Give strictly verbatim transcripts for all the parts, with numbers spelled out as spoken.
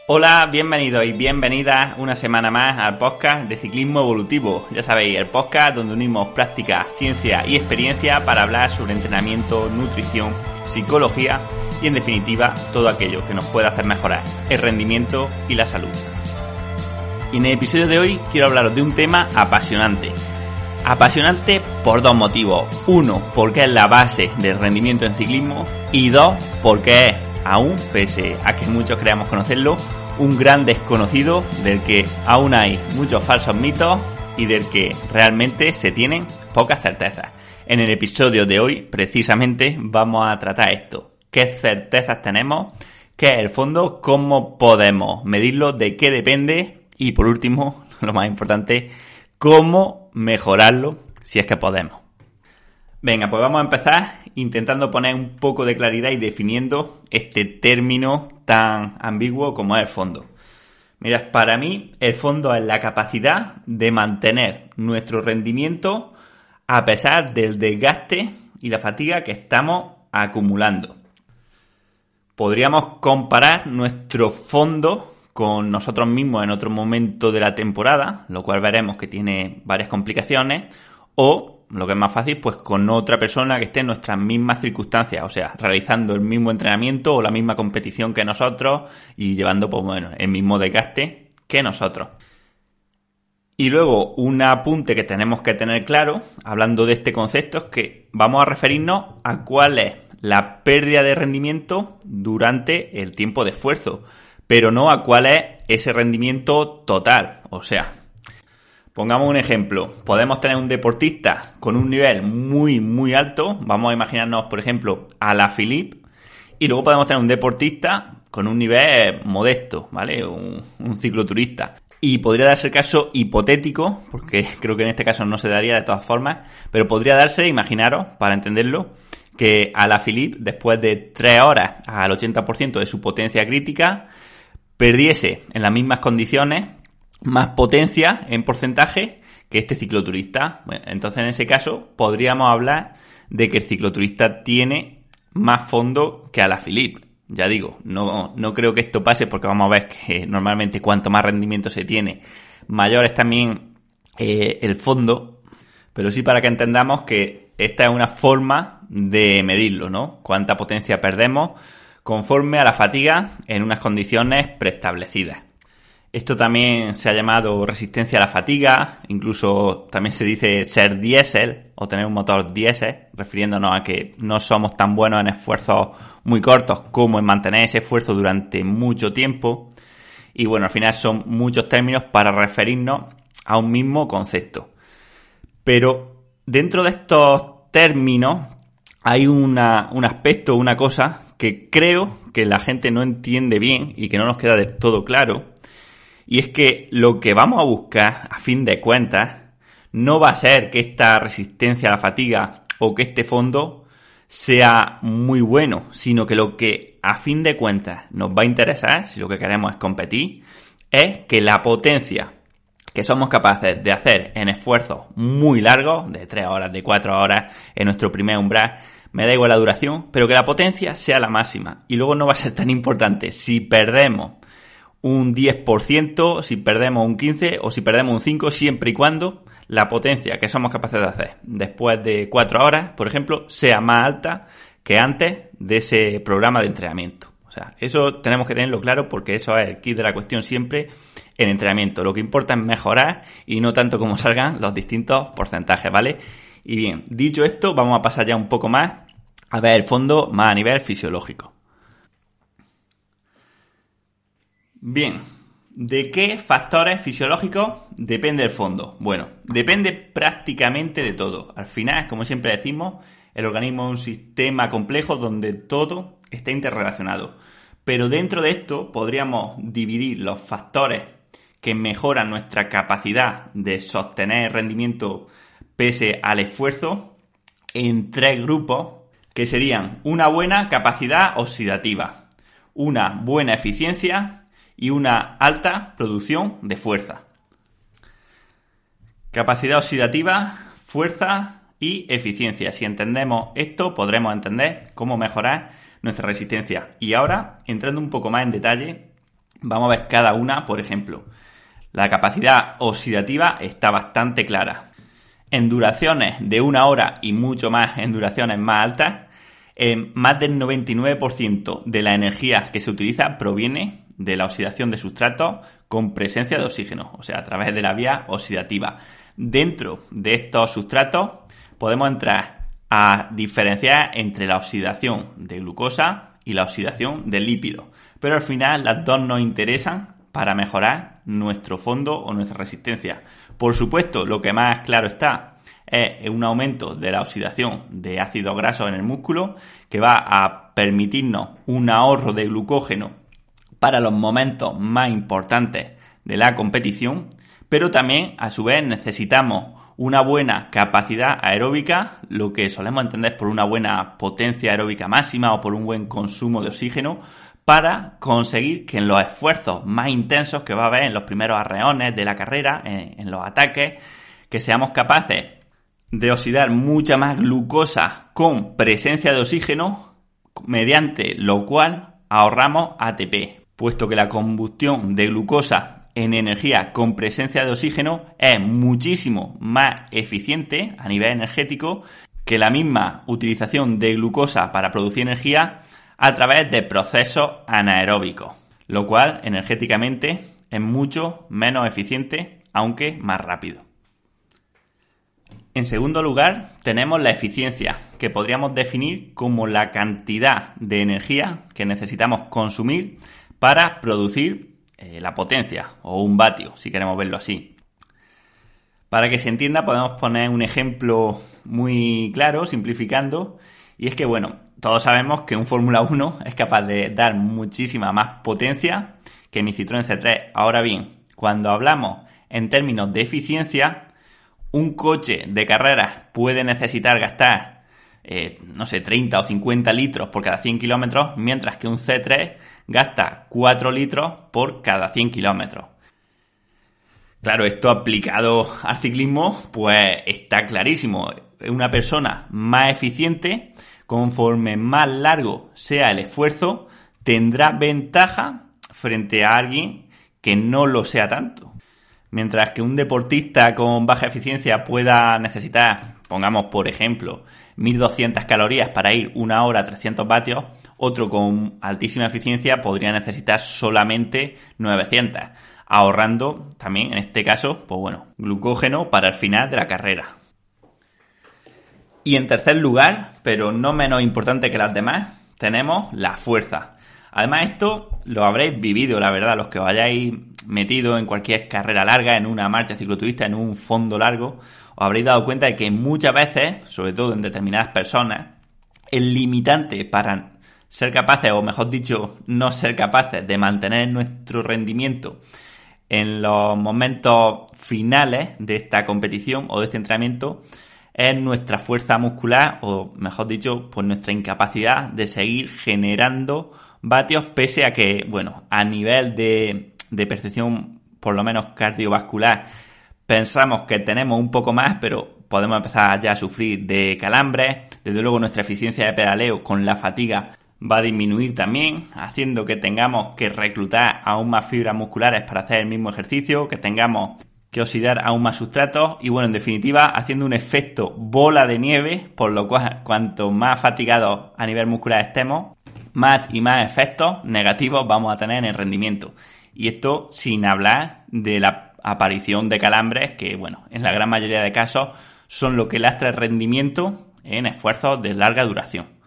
Hola, bienvenidos y bienvenidas una semana más al podcast de Ciclismo Evolutivo. Ya sabéis, el podcast donde unimos práctica, ciencia y experiencia para hablar sobre entrenamiento, nutrición, psicología y en definitiva todo aquello que nos pueda hacer mejorar el rendimiento y la salud. Y en el episodio de hoy quiero hablaros de un tema apasionante. Apasionante por dos motivos. Uno, porque es la base del rendimiento en ciclismo. Y dos, porque es, aún pese a que muchos creamos conocerlo, un gran desconocido del que aún hay muchos falsos mitos y del que realmente se tienen pocas certezas. En el episodio de hoy, precisamente, vamos a tratar esto. ¿Qué certezas tenemos? ¿Qué es el fondo? ¿Cómo podemos medirlo? ¿De qué depende? Y por último, lo más importante, ¿cómo mejorarlo si es que podemos? Venga, pues vamos a empezar intentando poner un poco de claridad y definiendo este término tan ambiguo como es el fondo. Mira, para mí el fondo es la capacidad de mantener nuestro rendimiento a pesar del desgaste y la fatiga que estamos acumulando. Podríamos comparar nuestro fondo con nosotros mismos en otro momento de la temporada, lo cual veremos que tiene varias complicaciones, o lo que es más fácil, pues con otra persona que esté en nuestras mismas circunstancias, o sea, realizando el mismo entrenamiento o la misma competición que nosotros y llevando, pues bueno, el mismo desgaste que nosotros. Y luego, un apunte que tenemos que tener claro, hablando de este concepto, es que vamos a referirnos a cuál es la pérdida de rendimiento durante el tiempo de esfuerzo, pero no a cuál es ese rendimiento total, o sea, pongamos un ejemplo. Podemos tener un deportista con un nivel muy, muy alto. Vamos a imaginarnos, por ejemplo, Alaphilippe. Y luego podemos tener un deportista con un nivel modesto, ¿vale? Un, un cicloturista. Y podría darse el caso hipotético, porque creo que en este caso no se daría de todas formas, pero podría darse, imaginaros, para entenderlo, que Alaphilippe, después de tres horas al ochenta por ciento de su potencia crítica, perdiese en las mismas condiciones más potencia en porcentaje que este cicloturista. Bueno, entonces en ese caso podríamos hablar de que el cicloturista tiene más fondo que Alaphilippe. Ya digo, no, no creo que esto pase porque vamos a ver que normalmente cuanto más rendimiento se tiene, mayor es también eh, el fondo, pero sí para que entendamos que esta es una forma de medirlo, ¿no? Cuánta potencia perdemos conforme a la fatiga en unas condiciones preestablecidas. Esto también se ha llamado resistencia a la fatiga, incluso también se dice ser diésel o tener un motor diésel, refiriéndonos a que no somos tan buenos en esfuerzos muy cortos como en mantener ese esfuerzo durante mucho tiempo. Y bueno, al final son muchos términos para referirnos a un mismo concepto. Pero dentro de estos términos hay una, un aspecto, una cosa que creo que la gente no entiende bien y que no nos queda del todo claro. Y es que lo que vamos a buscar, a fin de cuentas, no va a ser que esta resistencia a la fatiga o que este fondo sea muy bueno, sino que lo que a fin de cuentas nos va a interesar, si lo que queremos es competir, es que la potencia que somos capaces de hacer en esfuerzos muy largos, de tres horas, de cuatro horas, en nuestro primer umbral, me da igual la duración, pero que la potencia sea la máxima. Y luego no va a ser tan importante si perdemos un diez por ciento, si perdemos un quince por ciento o si perdemos un cinco por ciento, siempre y cuando la potencia que somos capaces de hacer después de cuatro horas, por ejemplo, sea más alta que antes de ese programa de entrenamiento. O sea, eso tenemos que tenerlo claro porque eso es el kit de la cuestión siempre en entrenamiento. Lo que importa es mejorar y no tanto como salgan los distintos porcentajes, ¿vale? Y bien, dicho esto, vamos a pasar ya un poco más a ver el fondo más a nivel fisiológico. Bien, ¿de qué factores fisiológicos depende el fondo? Bueno, depende prácticamente de todo. Al final, como siempre decimos, el organismo es un sistema complejo donde todo está interrelacionado. Pero dentro de esto podríamos dividir los factores que mejoran nuestra capacidad de sostener el rendimiento pese al esfuerzo en tres grupos que serían una buena capacidad oxidativa, una buena eficiencia y una alta producción de fuerza. Capacidad oxidativa, fuerza y eficiencia. Si entendemos esto, podremos entender cómo mejorar nuestra resistencia. Y ahora, entrando un poco más en detalle, Vamos a ver cada una, por ejemplo. La capacidad oxidativa está bastante clara. En duraciones de una hora y mucho más en duraciones más altas, eh, más del noventa y nueve por ciento de la energía que se utiliza proviene de la oxidación de sustratos con presencia de oxígeno, o sea, a través de la vía oxidativa. Dentro de estos sustratos podemos entrar a diferenciar entre la oxidación de glucosa y la oxidación de lípidos, pero al final las dos nos interesan para mejorar nuestro fondo o nuestra resistencia. Por supuesto, lo que más claro está es un aumento de la oxidación de ácidos grasos en el músculo, que va a permitirnos un ahorro de glucógeno para los momentos más importantes de la competición, pero también a su vez necesitamos una buena capacidad aeróbica, lo que solemos entender por una buena potencia aeróbica máxima o por un buen consumo de oxígeno, para conseguir que en los esfuerzos más intensos que va a haber en los primeros arreones de la carrera, en, en los ataques, que seamos capaces de oxidar mucha más glucosa con presencia de oxígeno, mediante lo cual ahorramos A T P, puesto que la combustión de glucosa en energía con presencia de oxígeno es muchísimo más eficiente a nivel energético que la misma utilización de glucosa para producir energía a través de procesos anaeróbicos, lo cual energéticamente es mucho menos eficiente, aunque más rápido. En segundo lugar, tenemos la eficiencia, que podríamos definir como la cantidad de energía que necesitamos consumir para producir eh, la potencia, o un vatio, si queremos verlo así. Para que se entienda, podemos poner un ejemplo muy claro, simplificando, y es que, bueno, todos sabemos que un Fórmula uno es capaz de dar muchísima más potencia que mi Citroën C tres. Ahora bien, cuando hablamos en términos de eficiencia, un coche de carreras puede necesitar gastar, eh, no sé, treinta o cincuenta litros por cada cien kilómetros, mientras que un C tres gasta cuatro litros por cada cien kilómetros. Claro, esto aplicado al ciclismo, pues está clarísimo. Una persona más eficiente, conforme más largo sea el esfuerzo, tendrá ventaja frente a alguien que no lo sea tanto. Mientras que un deportista con baja eficiencia pueda necesitar, pongamos por ejemplo, mil doscientas calorías para ir una hora a trescientos vatios, otro con altísima eficiencia podría necesitar solamente novecientas, ahorrando también en este caso, pues bueno, glucógeno para el final de la carrera. Y en tercer lugar, pero no menos importante que las demás, tenemos la fuerza. Además, esto lo habréis vivido, la verdad, los que os hayáis metido en cualquier carrera larga, en una marcha cicloturista, en un fondo largo, os habréis dado cuenta de que muchas veces, sobre todo en determinadas personas, el limitante para ser capaces, o mejor dicho, no ser capaces de mantener nuestro rendimiento en los momentos finales de esta competición o de este entrenamiento, es nuestra fuerza muscular, o mejor dicho, pues nuestra incapacidad de seguir generando vatios, pese a que, bueno, a nivel de, de percepción, por lo menos cardiovascular, pensamos que tenemos un poco más, pero podemos empezar ya a sufrir de calambres. Desde luego nuestra eficiencia de pedaleo con la fatiga va a disminuir también, haciendo que tengamos que reclutar aún más fibras musculares para hacer el mismo ejercicio, que tengamos que oxidar aún más sustratos y, bueno, en definitiva, haciendo un efecto bola de nieve, por lo cual cuanto más fatigados a nivel muscular estemos, más y más efectos negativos vamos a tener en el rendimiento. Y esto sin hablar de la aparición de calambres, que, bueno, en la gran mayoría de casos son lo que lastra el rendimiento en esfuerzos de larga duración.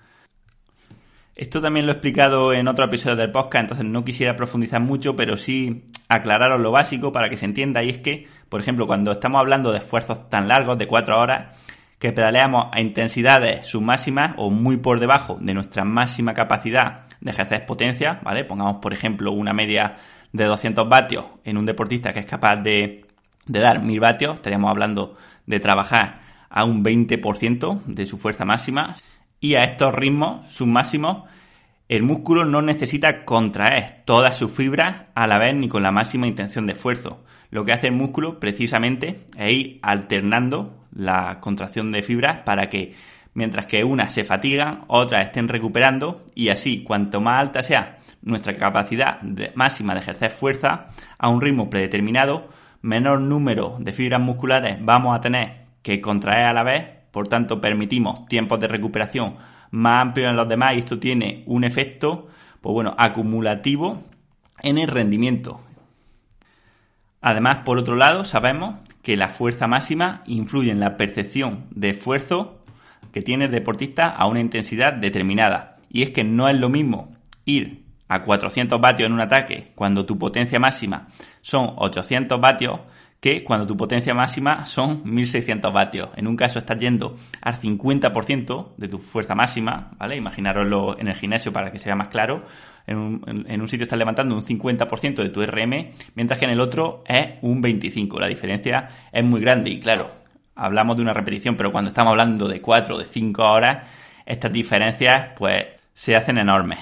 Esto también lo he explicado en otro episodio del podcast, entonces no quisiera profundizar mucho, pero sí aclararos lo básico para que se entienda, y es que, por ejemplo, cuando estamos hablando de esfuerzos tan largos, de cuatro horas, que pedaleamos a intensidades submáximas o muy por debajo de nuestra máxima capacidad de ejercer potencia, ¿vale? Pongamos, por ejemplo, una media de doscientos vatios en un deportista que es capaz de, de dar mil vatios, estaríamos hablando de trabajar a un veinte por ciento de su fuerza máxima. Y a estos ritmos submáximos, el músculo no necesita contraer todas sus fibras a la vez ni con la máxima intención de esfuerzo. Lo que hace el músculo precisamente es ir alternando la contracción de fibras para que, mientras que unas se fatigan, otras estén recuperando, y así, cuanto más alta sea nuestra capacidad de, máxima de ejercer fuerza a un ritmo predeterminado, menor número de fibras musculares vamos a tener que contraer a la vez, por tanto permitimos tiempos de recuperación más amplios en los demás y esto tiene un efecto, pues bueno, acumulativo en el rendimiento. Además, por otro lado, sabemos que la fuerza máxima influye en la percepción de esfuerzo que tiene el deportista a una intensidad determinada. Y es que no es lo mismo ir a cuatrocientos vatios en un ataque cuando tu potencia máxima son ochocientos vatios que cuando tu potencia máxima son mil seiscientos vatios. En un caso estás yendo al cincuenta por ciento de tu fuerza máxima, ¿vale? Imaginaroslo en el gimnasio para que sea más claro. En un, en, en un sitio estás levantando un cincuenta por ciento de tu R M, mientras que en el otro es un veinticinco por ciento. La diferencia es muy grande y claro, hablamos de una repetición, pero cuando estamos hablando de cuatro o de cinco horas, estas diferencias pues se hacen enormes.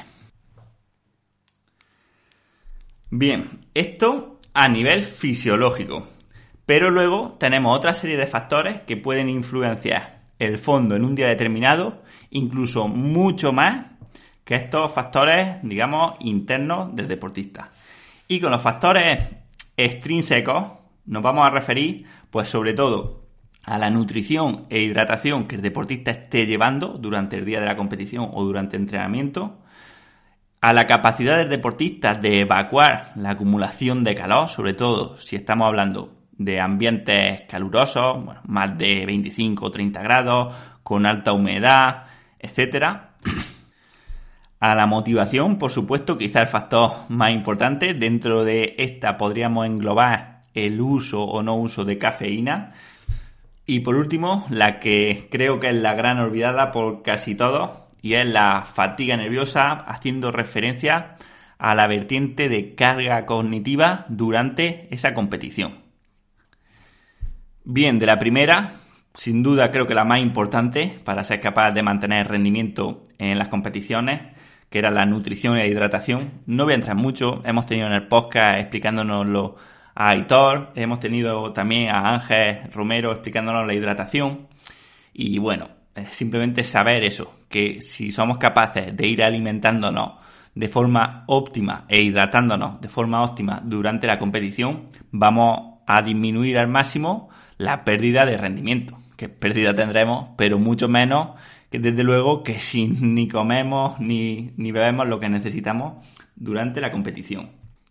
Bien, esto a nivel fisiológico. Pero luego tenemos otra serie de factores que pueden influenciar el fondo en un día determinado, incluso mucho más que estos factores, digamos, internos del deportista. Y con los factores extrínsecos nos vamos a referir, pues sobre todo, a la nutrición e hidratación que el deportista esté llevando durante el día de la competición o durante el entrenamiento, a la capacidad del deportista de evacuar la acumulación de calor, sobre todo si estamos hablando de ambientes calurosos, bueno, más de veinticinco o treinta grados, con alta humedad, etcétera. A la motivación, por supuesto, quizá el factor más importante. Dentro de esta podríamos englobar el uso o no uso de cafeína. Y por último, la que creo que es la gran olvidada por casi todos, y es la fatiga nerviosa, haciendo referencia a la vertiente de carga cognitiva durante esa competición. Bien, de la primera, sin duda creo que la más importante para ser capaz de mantener el rendimiento en las competiciones, que era la nutrición y la hidratación. No voy a entrar mucho, hemos tenido en el podcast explicándonoslo a Aitor, hemos tenido también a Ángel Romero explicándonos la hidratación y bueno, simplemente saber eso, que si somos capaces de ir alimentándonos de forma óptima e hidratándonos de forma óptima durante la competición, vamos a disminuir al máximo la pérdida de rendimiento, que pérdida tendremos, pero mucho menos que desde luego que si ni comemos ni, ni bebemos lo que necesitamos durante la competición.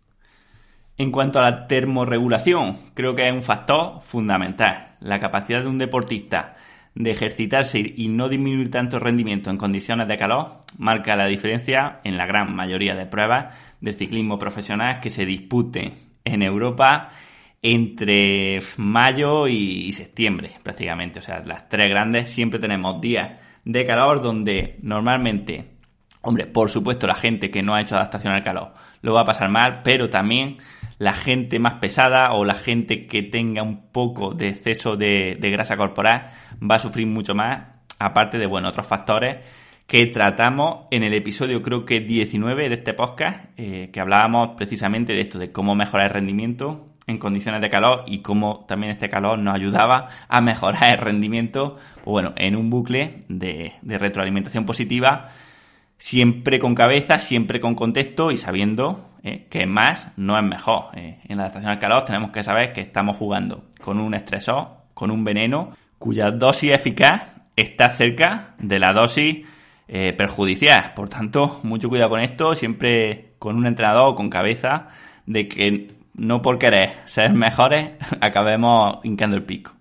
En cuanto a la termorregulación, creo que es un factor fundamental. La capacidad de un deportista de ejercitarse y no disminuir tanto el rendimiento en condiciones de calor marca la diferencia en la gran mayoría de pruebas del ciclismo profesional que se disputen en Europa entre mayo y septiembre prácticamente. O sea, las tres grandes siempre tenemos días de calor donde normalmente, hombre, por supuesto la gente que no ha hecho adaptación al calor lo va a pasar mal, pero también la gente más pesada o la gente que tenga un poco de exceso de, de grasa corporal va a sufrir mucho más, aparte de, bueno, otros factores que tratamos en el episodio creo que diecinueve de este podcast, eh, que hablábamos precisamente de esto, de cómo mejorar el rendimiento en condiciones de calor y cómo también este calor nos ayudaba a mejorar el rendimiento, pues bueno, en un bucle de, de retroalimentación positiva, siempre con cabeza, siempre con contexto y sabiendo eh, que más no es mejor. Eh, en la adaptación al calor tenemos que saber que estamos jugando con un estresor, con un veneno, cuya dosis eficaz está cerca de la dosis eh, perjudicial. Por tanto, mucho cuidado con esto, siempre con un entrenador con cabeza de que no por querer ser mejores acabemos hincando el pico.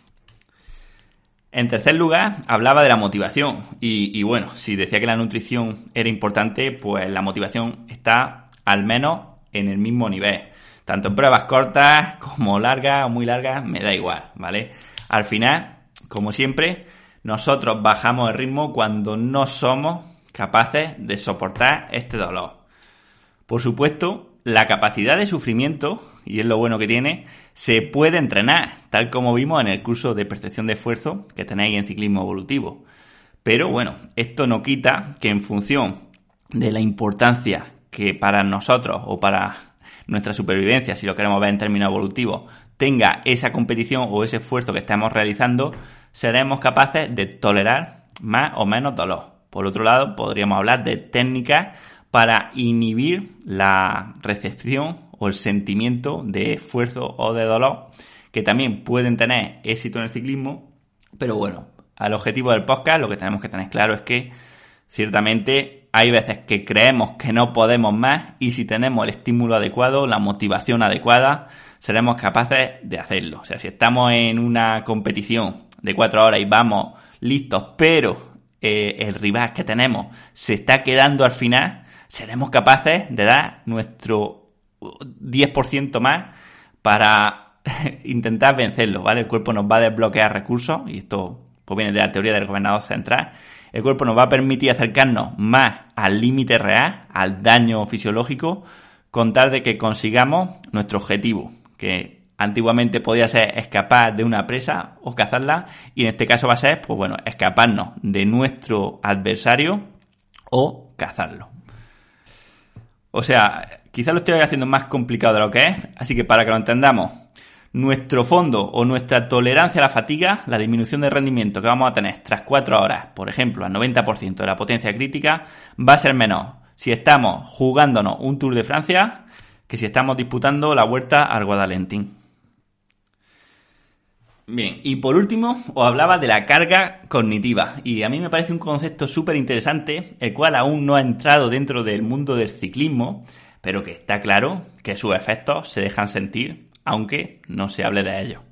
En tercer lugar, hablaba de la motivación y, y bueno, si decía que la nutrición era importante, pues la motivación está al menos en el mismo nivel. Tanto en pruebas cortas como largas o muy largas, me da igual, ¿vale? Al final, como siempre, nosotros bajamos el ritmo cuando no somos capaces de soportar este dolor. Por supuesto, la capacidad de sufrimiento, y es lo bueno que tiene, se puede entrenar, tal como vimos en el curso de percepción de esfuerzo que tenéis en ciclismo evolutivo. Pero bueno, esto no quita que en función de la importancia que para nosotros o para nuestra supervivencia, si lo queremos ver en términos evolutivos, tenga esa competición o ese esfuerzo que estamos realizando, seremos capaces de tolerar más o menos dolor. Por otro lado, podríamos hablar de técnicas para inhibir la recepción o el sentimiento de esfuerzo o de dolor, que también pueden tener éxito en el ciclismo. Pero bueno, al objetivo del podcast lo que tenemos que tener claro es que ciertamente hay veces que creemos que no podemos más, y si tenemos el estímulo adecuado, la motivación adecuada, seremos capaces de hacerlo. O sea, si estamos en una competición de cuatro horas y vamos listos, pero eh, el rival que tenemos se está quedando al final, seremos capaces de dar nuestro diez por ciento más para intentar vencerlo, ¿vale? El cuerpo nos va a desbloquear recursos, y esto pues viene de la teoría del gobernador central. El cuerpo nos va a permitir acercarnos más al límite real, al daño fisiológico, con tal de que consigamos nuestro objetivo, que antiguamente podía ser escapar de una presa o cazarla, y en este caso va a ser, pues bueno, escaparnos de nuestro adversario o cazarlo. O sea, quizás lo estoy haciendo más complicado de lo que es, así que para que lo entendamos, nuestro fondo o nuestra tolerancia a la fatiga, la disminución de rendimiento que vamos a tener tras cuatro horas, por ejemplo, al noventa por ciento de la potencia crítica, va a ser menor si estamos jugándonos un Tour de Francia que si estamos disputando la Vuelta al Guadalentín. Bien, y por último os hablaba de la carga cognitiva, y a mí me parece un concepto súper interesante, el cual aún no ha entrado dentro del mundo del ciclismo, pero que está claro que sus efectos se dejan sentir, aunque no se hable de ello.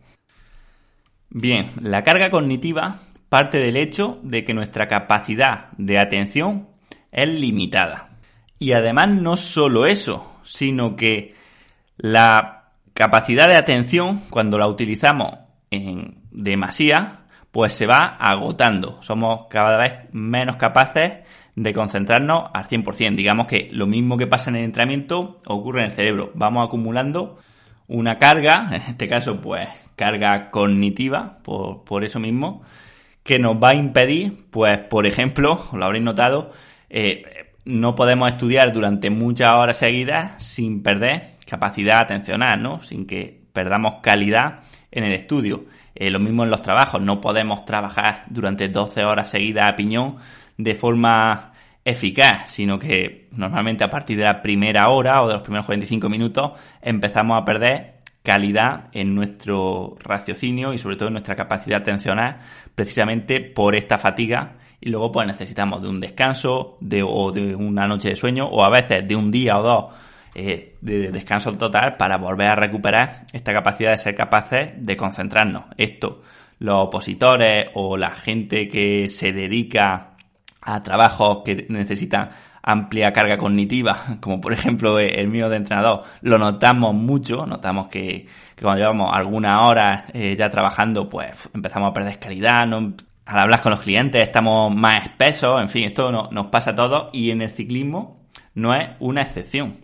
Bien, la carga cognitiva parte del hecho de que nuestra capacidad de atención es limitada. Y además no solo eso, sino que la capacidad de atención, cuando la utilizamos en demasía, pues se va agotando. Somos cada vez menos capaces de concentrarnos al cien por ciento. Digamos que lo mismo que pasa en el entrenamiento ocurre en el cerebro. Vamos acumulando una carga, en este caso pues carga cognitiva, por, por eso mismo, que nos va a impedir, pues por ejemplo, lo habréis notado, eh, no podemos estudiar durante muchas horas seguidas sin perder capacidad atencional, ¿no? Sin que perdamos calidad en el estudio. Eh, lo mismo en los trabajos, no podemos trabajar durante doce horas seguidas a piñón de forma eficaz, sino que normalmente a partir de la primera hora o de los primeros cuarenta y cinco minutos empezamos a perder calidad en nuestro raciocinio y sobre todo en nuestra capacidad atencional, precisamente por esta fatiga, y luego pues necesitamos de un descanso de, o de una noche de sueño, o a veces de un día o dos eh, de descanso total para volver a recuperar esta capacidad de ser capaces de concentrarnos. Esto, los opositores o la gente que se dedica a trabajos que necesitan amplia carga cognitiva, como por ejemplo el mío de entrenador, lo notamos mucho, notamos que, que cuando llevamos algunas horas eh, ya trabajando, pues empezamos a perder calidad, ¿no? Al hablar con los clientes estamos más espesos, en fin, esto no, nos pasa a todos, y en el ciclismo no es una excepción.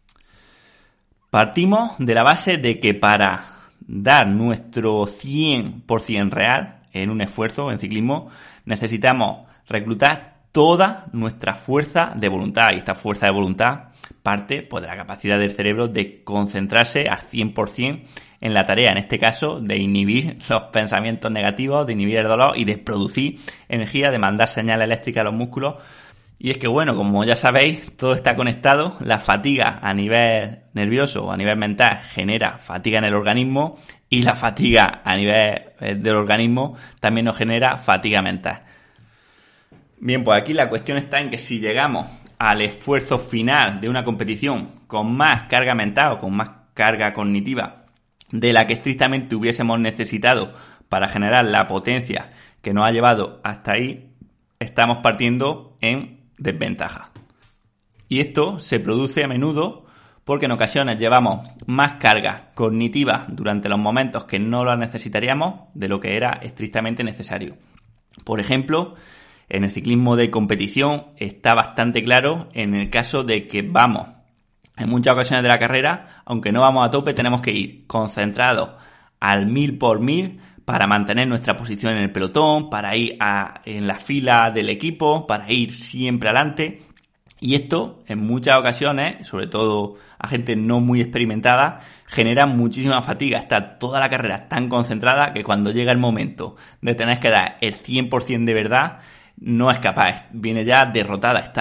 Partimos de la base de que para dar nuestro cien por ciento real en un esfuerzo en ciclismo necesitamos reclutar toda nuestra fuerza de voluntad, y esta fuerza de voluntad parte pues, de la capacidad del cerebro de concentrarse al cien por ciento en la tarea, en este caso de inhibir los pensamientos negativos, de inhibir el dolor y de producir energía, de mandar señales eléctricas a los músculos. Y es que bueno, como ya sabéis, todo está conectado. La fatiga a nivel nervioso o a nivel mental genera fatiga en el organismo, y la fatiga a nivel del organismo también nos genera fatiga mental. Bien, pues aquí la cuestión está en que si llegamos al esfuerzo final de una competición con más carga mental o con más carga cognitiva de la que estrictamente hubiésemos necesitado para generar la potencia que nos ha llevado hasta ahí, estamos partiendo en desventaja. Y esto se produce a menudo porque en ocasiones llevamos más carga cognitiva durante los momentos que no la necesitaríamos de lo que era estrictamente necesario. Por ejemplo, en el ciclismo de competición está bastante claro en el caso de que vamos, en muchas ocasiones de la carrera, aunque no vamos a tope, tenemos que ir concentrados al mil por mil para mantener nuestra posición en el pelotón, para ir a, en la fila del equipo, para ir siempre adelante. Y esto, en muchas ocasiones, sobre todo a gente no muy experimentada, genera muchísima fatiga. Está toda la carrera tan concentrada que cuando llega el momento de tener que dar el cien por ciento de verdad, no es capaz, viene ya derrotada, está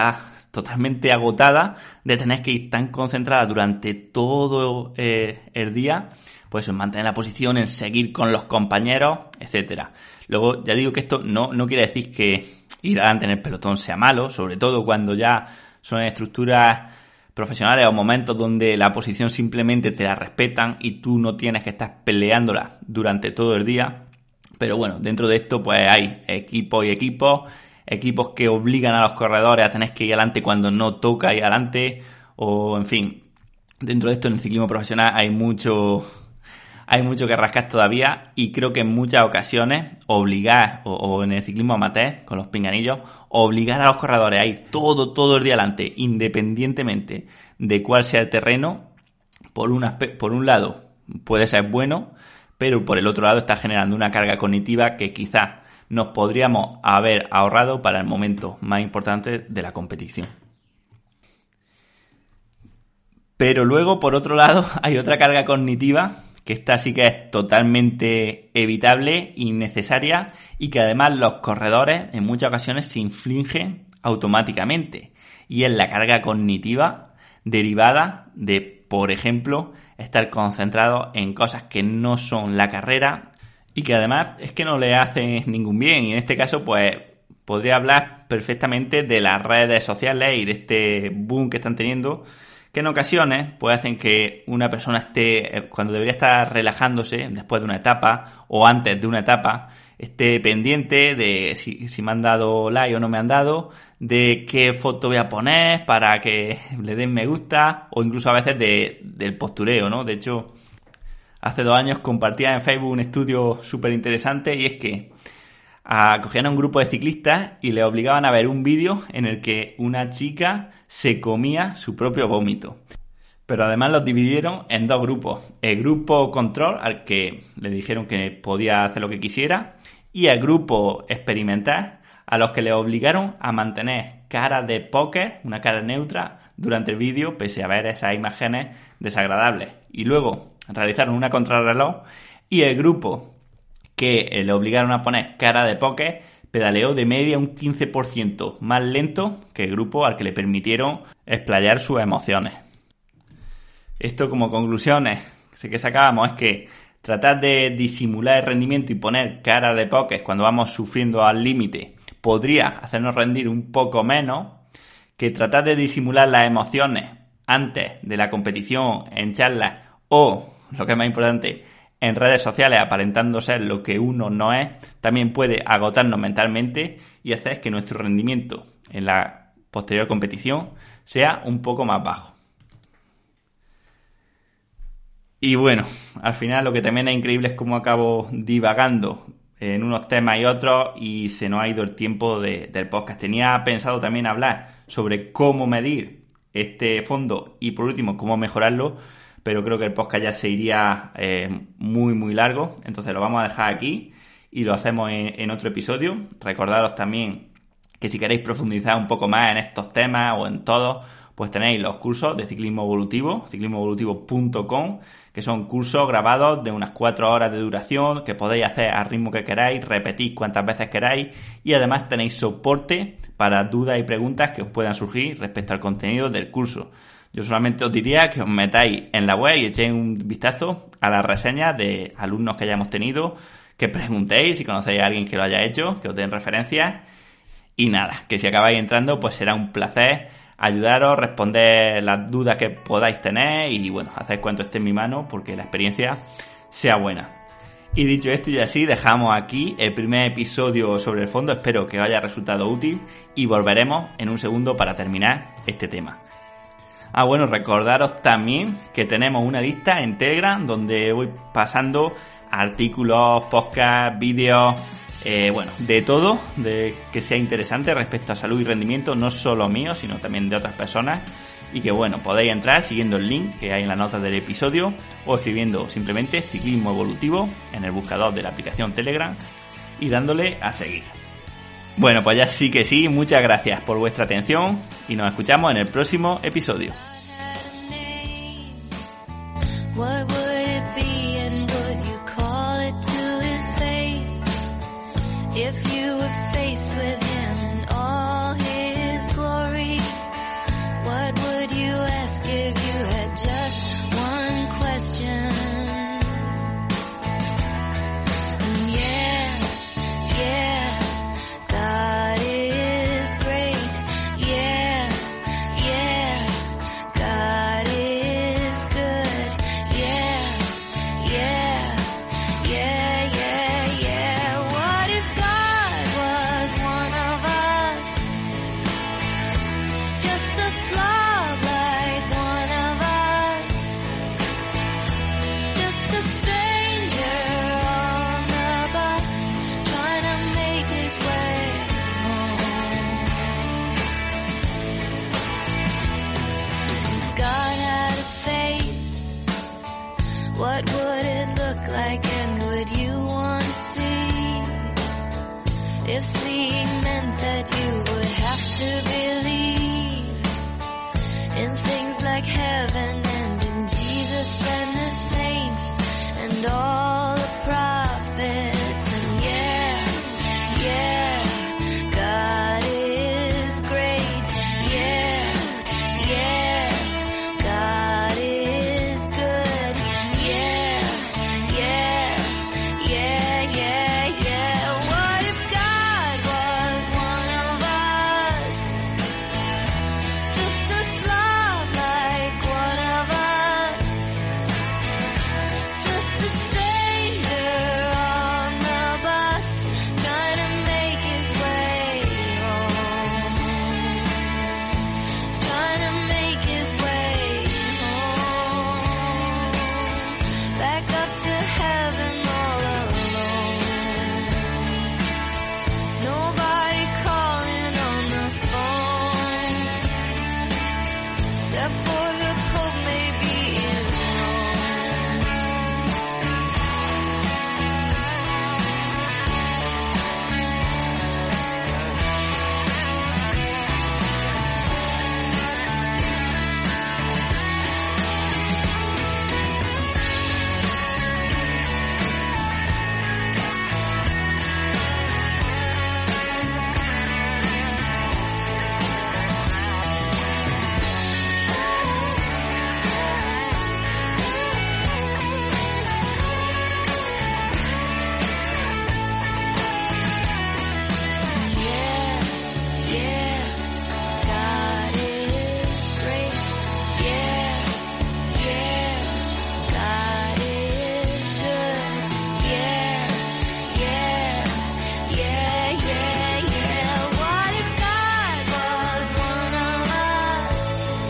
totalmente agotada de tener que ir tan concentrada durante todo eh, el día, pues en mantener la posición, en seguir con los compañeros, etcétera. Luego, ya digo que esto no, no quiere decir que ir adelante en el pelotón sea malo, sobre todo cuando ya son estructuras profesionales o momentos donde la posición simplemente te la respetan y tú no tienes que estar peleándola durante todo el día. Pero bueno, dentro de esto pues hay equipos y equipos, equipos que obligan a los corredores a tener que ir adelante cuando no toca ir adelante, o en fin, dentro de esto en el ciclismo profesional hay mucho, hay mucho que rascar todavía, y creo que en muchas ocasiones obligar, o, o en el ciclismo amateur, con los pinganillos, obligar a los corredores a ir todo, todo el día adelante, independientemente de cuál sea el terreno, por, una, por un lado puede ser bueno, pero por el otro lado está generando una carga cognitiva que quizás nos podríamos haber ahorrado para el momento más importante de la competición. Pero luego, por otro lado, hay otra carga cognitiva que esta sí que es totalmente evitable, innecesaria, y que además los corredores en muchas ocasiones se infligen automáticamente. Y es la carga cognitiva derivada de, por ejemplo, estar concentrados en cosas que no son la carrera y que además es que no le hacen ningún bien. Y en este caso, pues, podría hablar perfectamente de las redes sociales y de este boom que están teniendo, que en ocasiones pues hacen que una persona esté, cuando debería estar relajándose después de una etapa o antes de una etapa, esté pendiente de si, si me han dado like o no me han dado, de qué foto voy a poner para que le den me gusta, o incluso a veces de, del postureo, ¿no? De hecho, hace dos años compartía en Facebook un estudio súper interesante, y es que a, cogían a un grupo de ciclistas y le obligaban a ver un vídeo en el que una chica se comía su propio vómito. Pero además los dividieron en dos grupos. El grupo control, al que le dijeron que podía hacer lo que quisiera, y el grupo experimental, a los que le obligaron a mantener cara de póker, una cara neutra, durante el vídeo, pese a ver esas imágenes desagradables. Y luego realizaron una contrarreloj, y el grupo que le obligaron a poner cara de póker pedaleó de media un quince por ciento más lento que el grupo al que le permitieron explayar sus emociones. Esto, como conclusiones que sacábamos, es que tratar de disimular el rendimiento y poner cara de póker cuando vamos sufriendo al límite podría hacernos rendir un poco menos, que tratar de disimular las emociones antes de la competición en charlas o, lo que es más importante, en redes sociales aparentando ser lo que uno no es, también puede agotarnos mentalmente y hacer que nuestro rendimiento en la posterior competición sea un poco más bajo. Y bueno, al final lo que también es increíble es cómo acabo divagando en unos temas y otros, y se nos ha ido el tiempo de, del podcast. Tenía pensado también hablar sobre cómo medir este fondo y, por último, cómo mejorarlo, pero creo que el podcast ya se iría eh, muy muy largo, entonces lo vamos a dejar aquí y lo hacemos en, en otro episodio. Recordaros también que si queréis profundizar un poco más en estos temas o en todos, pues tenéis los cursos de ciclismo evolutivo, ciclismo evolutivo punto com, que son cursos grabados de unas cuatro horas de duración que podéis hacer al ritmo que queráis, repetís cuantas veces queráis, y además tenéis soporte para dudas y preguntas que os puedan surgir respecto al contenido del curso. Yo solamente os diría que os metáis en la web y echéis un vistazo a las reseñas de alumnos que hayamos tenido, que preguntéis si conocéis a alguien que lo haya hecho, que os den referencias, y nada, que si acabáis entrando pues será un placer ayudaros, responder las dudas que podáis tener y bueno, hacer cuanto esté en mi mano porque la experiencia sea buena. Y dicho esto y así, dejamos aquí el primer episodio sobre el fondo. Espero que os haya resultado útil y volveremos en un segundo para terminar este tema. Ah, bueno, recordaros también que tenemos una lista en Telegram donde voy pasando artículos, podcasts, vídeos, eh, bueno, de todo de que sea interesante respecto a salud y rendimiento, no solo mío, sino también de otras personas. Y que bueno, podéis entrar siguiendo el link que hay en las notas del episodio o escribiendo simplemente Ciclismo Evolutivo en el buscador de la aplicación Telegram y dándole a seguir. Bueno, pues ya sí que sí, muchas gracias por vuestra atención y nos escuchamos en el próximo episodio. What would it be and would you call it to his face if you were faced with him in all his glory? What would it look like, and would you want to see? If seeing meant that you would have to believe in things like heaven and in Jesus and the saints and all the prophets. And yeah, yeah, God is great. Yeah, yeah, God is good. Yeah, yeah, yeah, yeah, yeah. What if God was one of us? Just a slob like one of us. Just a stranger on the bus trying to make his way home. He's trying to make his way home. Back up to heaven all alone. Nobody calling on the phone except for the Pope maybe in Rome. Yeah, yeah, God is great. Yeah, yeah, God is good. Yeah, yeah, yeah, yeah, yeah. What if God was one of us?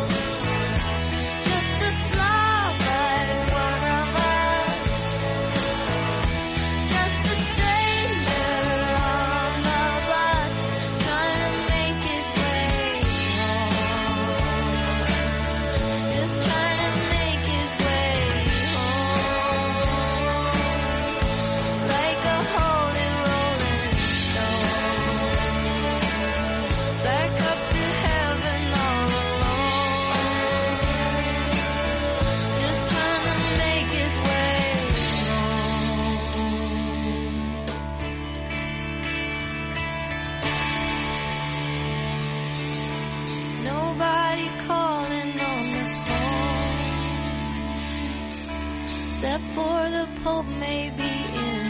Just a slob like one of us. Just a stranger on the bus trying to make his way home. Just trying to make his way home. Like a holy rolling stone. Back up to heaven all alone. Just trying to make his way home. Nobody calling on the phone except for the Pope maybe in